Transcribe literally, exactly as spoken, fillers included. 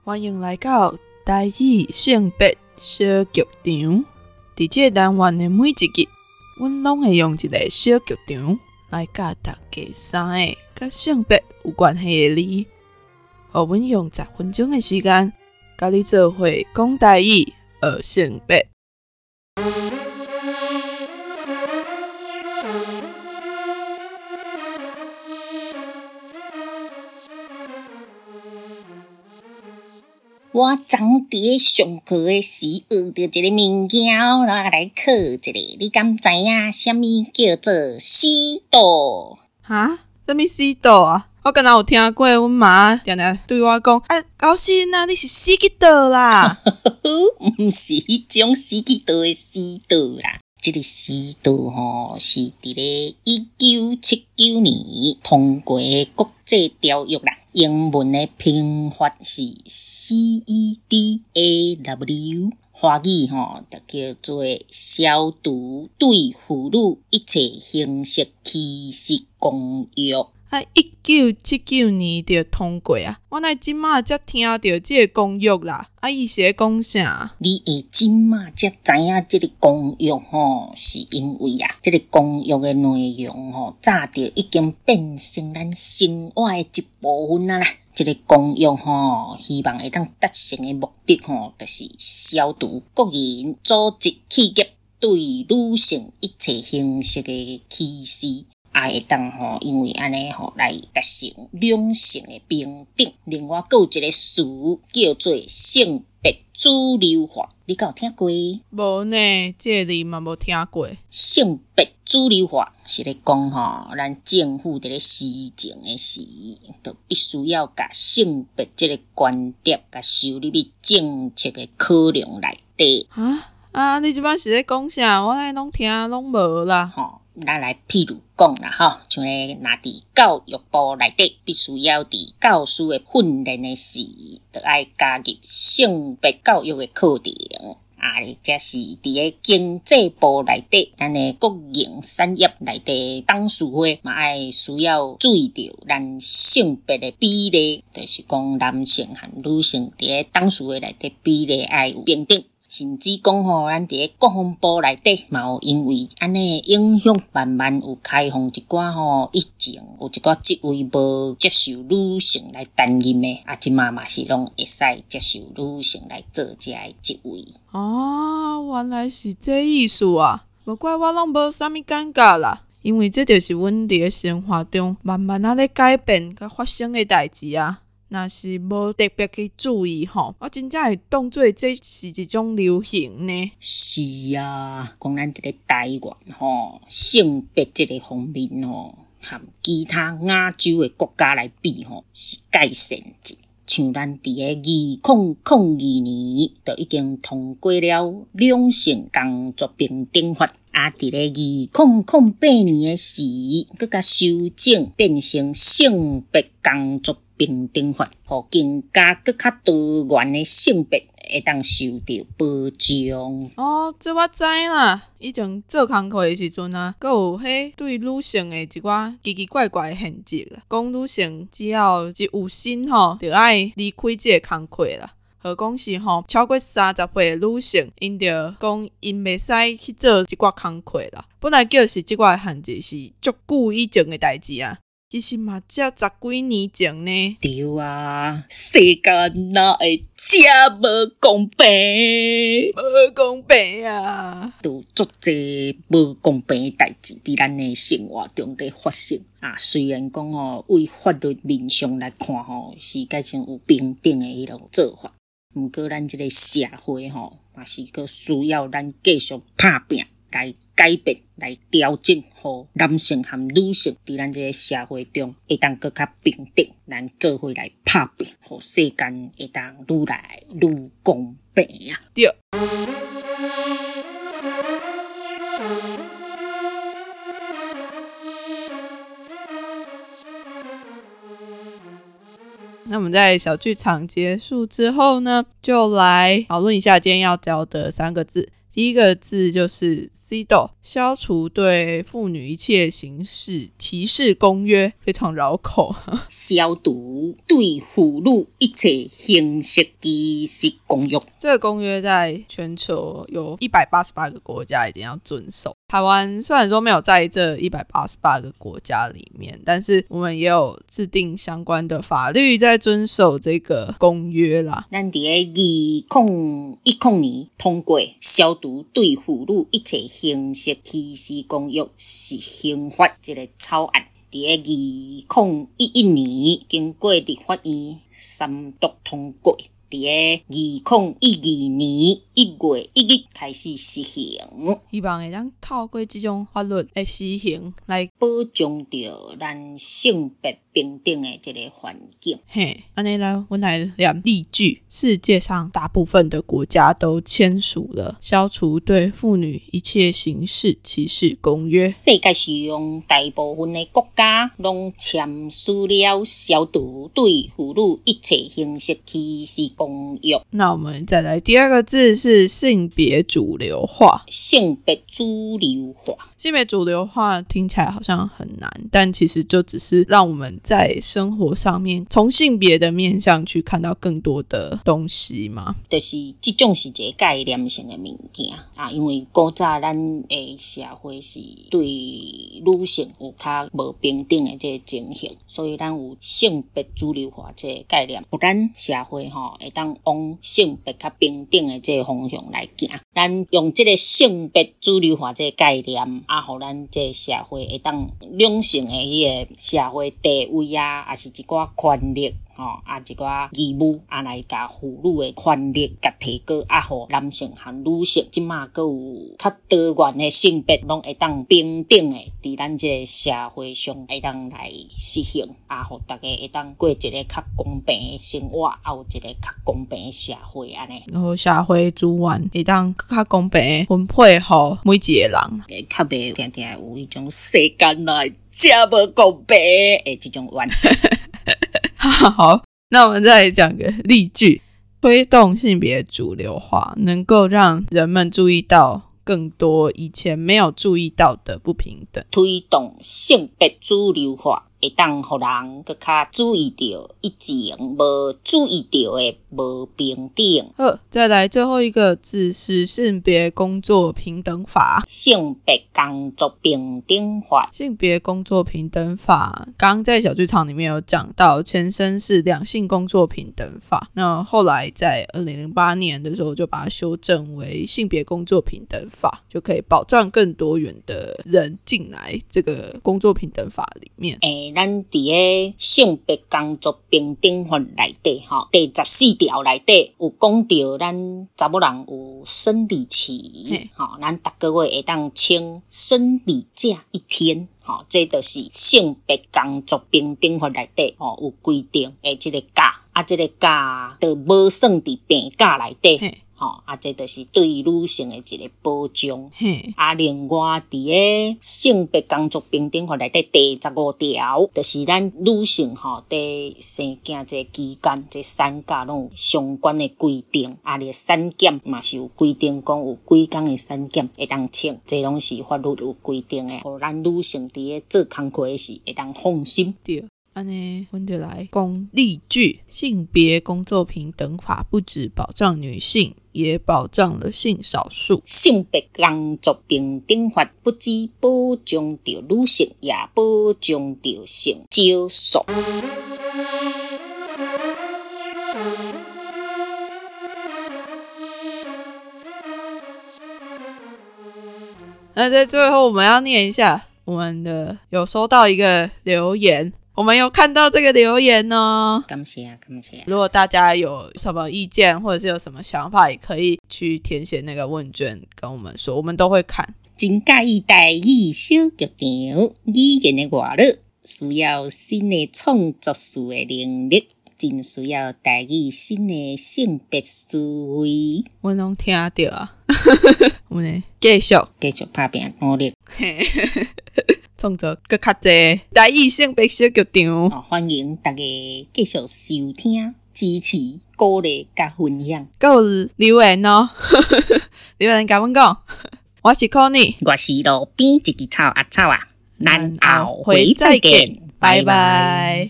欢迎来到台语性别小剧场。在这个单元的每一集，阮拢会用一个小剧场来教大家三个甲性别有关系的字，互阮用十分钟的时间，甲你做伙讲台语学性别。 我昨伫上课的时学到一个物件，然后来考一个。你敢知影什么叫做死道？ 哈？什么死道啊？我敢若有听过，阮妈常常对我讲：“啊，高兴啊，你是死去倒啦！” 毋是迄种死去倒的死道啦。这个死道吼，是伫咧一九七九年通过的国际条约啦。英文的拼法是 C E D A W， 华语吼就叫做消毒对妇女一切形式歧视公约。 啊，一九七九年就通过啊！我乃即马才听到这个公约啦。啊，伊是咧讲啥？ 你会即马才知影这个公约吼，是因为啊，这个公约的内容吼，早就已经变成咱生活的一部分啊啦。这个公约吼，希望会当达成的目的吼，就是消除个人、组织、企业对女性一切形式的歧视。也会当吼，因为安尼吼来达成两性的平等。另外，还有一个词叫做性别主流化，你敢有听过？ 无呢，这个字嘛无听过。 性别主流化是咧讲吼，咱政府伫咧施政的时，就必须要甲性别这个观点，甲收入去政策的考量内底。 啊啊！你即摆是咧讲啥？我来拢听拢无啦。 吼。咱来譬如讲啦，吼，像咧，若伫教育部内底，必须要伫教师的训练的时，就爱加入性别教育的课程。啊，则是伫咧经济部内底，咱的国营产业内底董事会嘛爱需要注意到咱性别的比例，就是讲男性和女性伫咧董事会内底比例爱有平等。甚至讲吼，咱伫咧国防部内底，嘛有因为安尼影响，慢慢有开放一寡吼，以前有一寡职位无接受女性来担任的，啊，即马嘛是拢会使接受女性来做遮个职位。 哦，原来是这意思啊！无怪我拢无啥物感觉啦，因为这就是阮伫咧生活中慢慢啊咧改变甲发生的代志啊。若是无特别去注意吼，我真正会当作这是一种流行呢。 是啊，讲咱伫咧台湾吼，性别这个方面吼，和其他亚洲的国家来比吼，是改善者。像咱伫咧二零零二年，就已经通过了两性工作平等法。啊，伫咧二零零八年的时，佮甲修正变成性别工作平等法，互更加佮较多元的性别会当受到保障。 哦，这我知啦。以前做工课的时阵啊，佮有迄对女性的一寡奇奇怪怪的限制啦。讲女性只要一有心吼，就爱离开这个工课啦。何况是吼超过三十岁的女性，因着讲因袂使去做即寡工课啦。本来就是即寡限制是足久以前的代志啊。其实嘛，才十几年前呢。 对啊，世间哪会这无公平？ 无公平啊！ 有足侪无公平的代志伫咱的生活中伫发生啊。虽然讲吼，为法律面上来看吼，是改成有平等的迄种做法，毋过咱即个社会吼，嘛是阁需要咱继续打拼来改变，来调整，互男性和女性伫咱这个社会中会当更较平等，咱做伙来打拼，互世间会当愈来愈公平啊！ 对。那我们在小剧场结束之后呢，就来讨论一下今天要教的三个字。 第一个字就是 C D O， 消除对妇女一切形式歧视公约，非常绕口。 消毒对妇女一切形式歧视公约， 这个公约在全球有一百八十八个国家一定要遵守。台湾虽然说没有在这一百八十八个国家里面，但是我们也有制定相关的法律在遵守这个公约啦。 咱伫个二零一零年通过消毒对妇女一切形式歧视公约是刑法这个草案，伫个二零一一年经过立法院三读通过，伫个二零一二年一月一日开始实行， 希望会当透过这种法律的施行来保障着咱性别平等的这个环境。 嘿，安尼来，我来念例句。世界上大部分的国家都签署了消除对妇女一切形式歧视公约。 世界上大部分的国家拢签署了消除对妇女一切形式歧视公约。 那我们再来第二个字是性别主流化。 性别主流化， 性别主流化听起来好像很难，但其实就只是让我们在生活上面从性别的面向去看到更多的东西嘛。 就是这种是一个概念性的物件啊，因为古早咱的社会是对女性有较无平等的这个情形，所以咱有性别主流化这个概念，让咱社会吼会当往性别较平等的这个方向来行。咱用这个性别主流化这个概念啊，互咱这个社会会当两性的迄个社会地位啊，也是一寡权利吼、哦，啊一寡义务啊，来甲妇女的权利甲提高，啊，互男性和女性即马阁有较多元的性别，拢会当平等的伫咱这个社会上会当来实行，啊，互大家会当过一个较公平的生活，啊，有一个较公平的社会安尼。 然后社会资源会当较公平的分配互每一个人， 诶，较袂定定有迄种世间内这无公平的这种问题。 好，那我们再来讲个例句。推动性别主流化，能够让人们注意到更多以前没有注意到的不平等。 推动性别主流化，会当互人更较注意到以前无注意到的无平等。 好，再来最后一个字是性别工作平等法。 性别工作平等法， 性别工作平等法，刚刚在小剧场里面有讲到，前身是两性工作平等法，那后来在二零零八年的时候就把它修正为性别工作平等法，就可以保障更多元的人进来这个工作平等法里面。 诶，咱伫个性别工作平等法内底吼，第十四条内底有讲到咱查某人有生理期，吼，咱逐个月会当请生理假一天。吼，这就是性别工作平等法内底吼有规定诶，即个假啊，即个假就无算伫病假内底。吼、哦、啊，这就是对女性的一个保障。啊，另外伫个性别工作平等法内底第十五条，就是咱女性吼伫生囝这个期间，这产假拢有相关的规定。啊，你产检嘛是有规定，讲有几工的产检会当请，这拢是法律有规定的，互咱女性伫个做工课时会当放心。 对。安尼，我们就来讲例句。性别工作平等法不只保障女性，也保障了性少数。 性别工作平等法不只保障着女性，也保障着性少数。 那在最后，我们要念一下我们的有收到一个留言。我们有看到这个留言哦， 感谢感谢。 如果大家有什么意见或者是有什么想法，也可以去填写那个问卷跟我们说，我们都会看。 真介意台语小剧场，语言的外力需要新的创作术的能力，真需要台语新的性别思维。 我拢听到啊，我们继续继续打拼努力。 创作更较侪台语性别小剧场、 哦，欢迎大家继续收听、支持、鼓励、加分享。 还有留言哦， 你有人甲阮讲，我是 Connie， 我是路边一枝草阿草啊，咱后回回再见， 拜拜。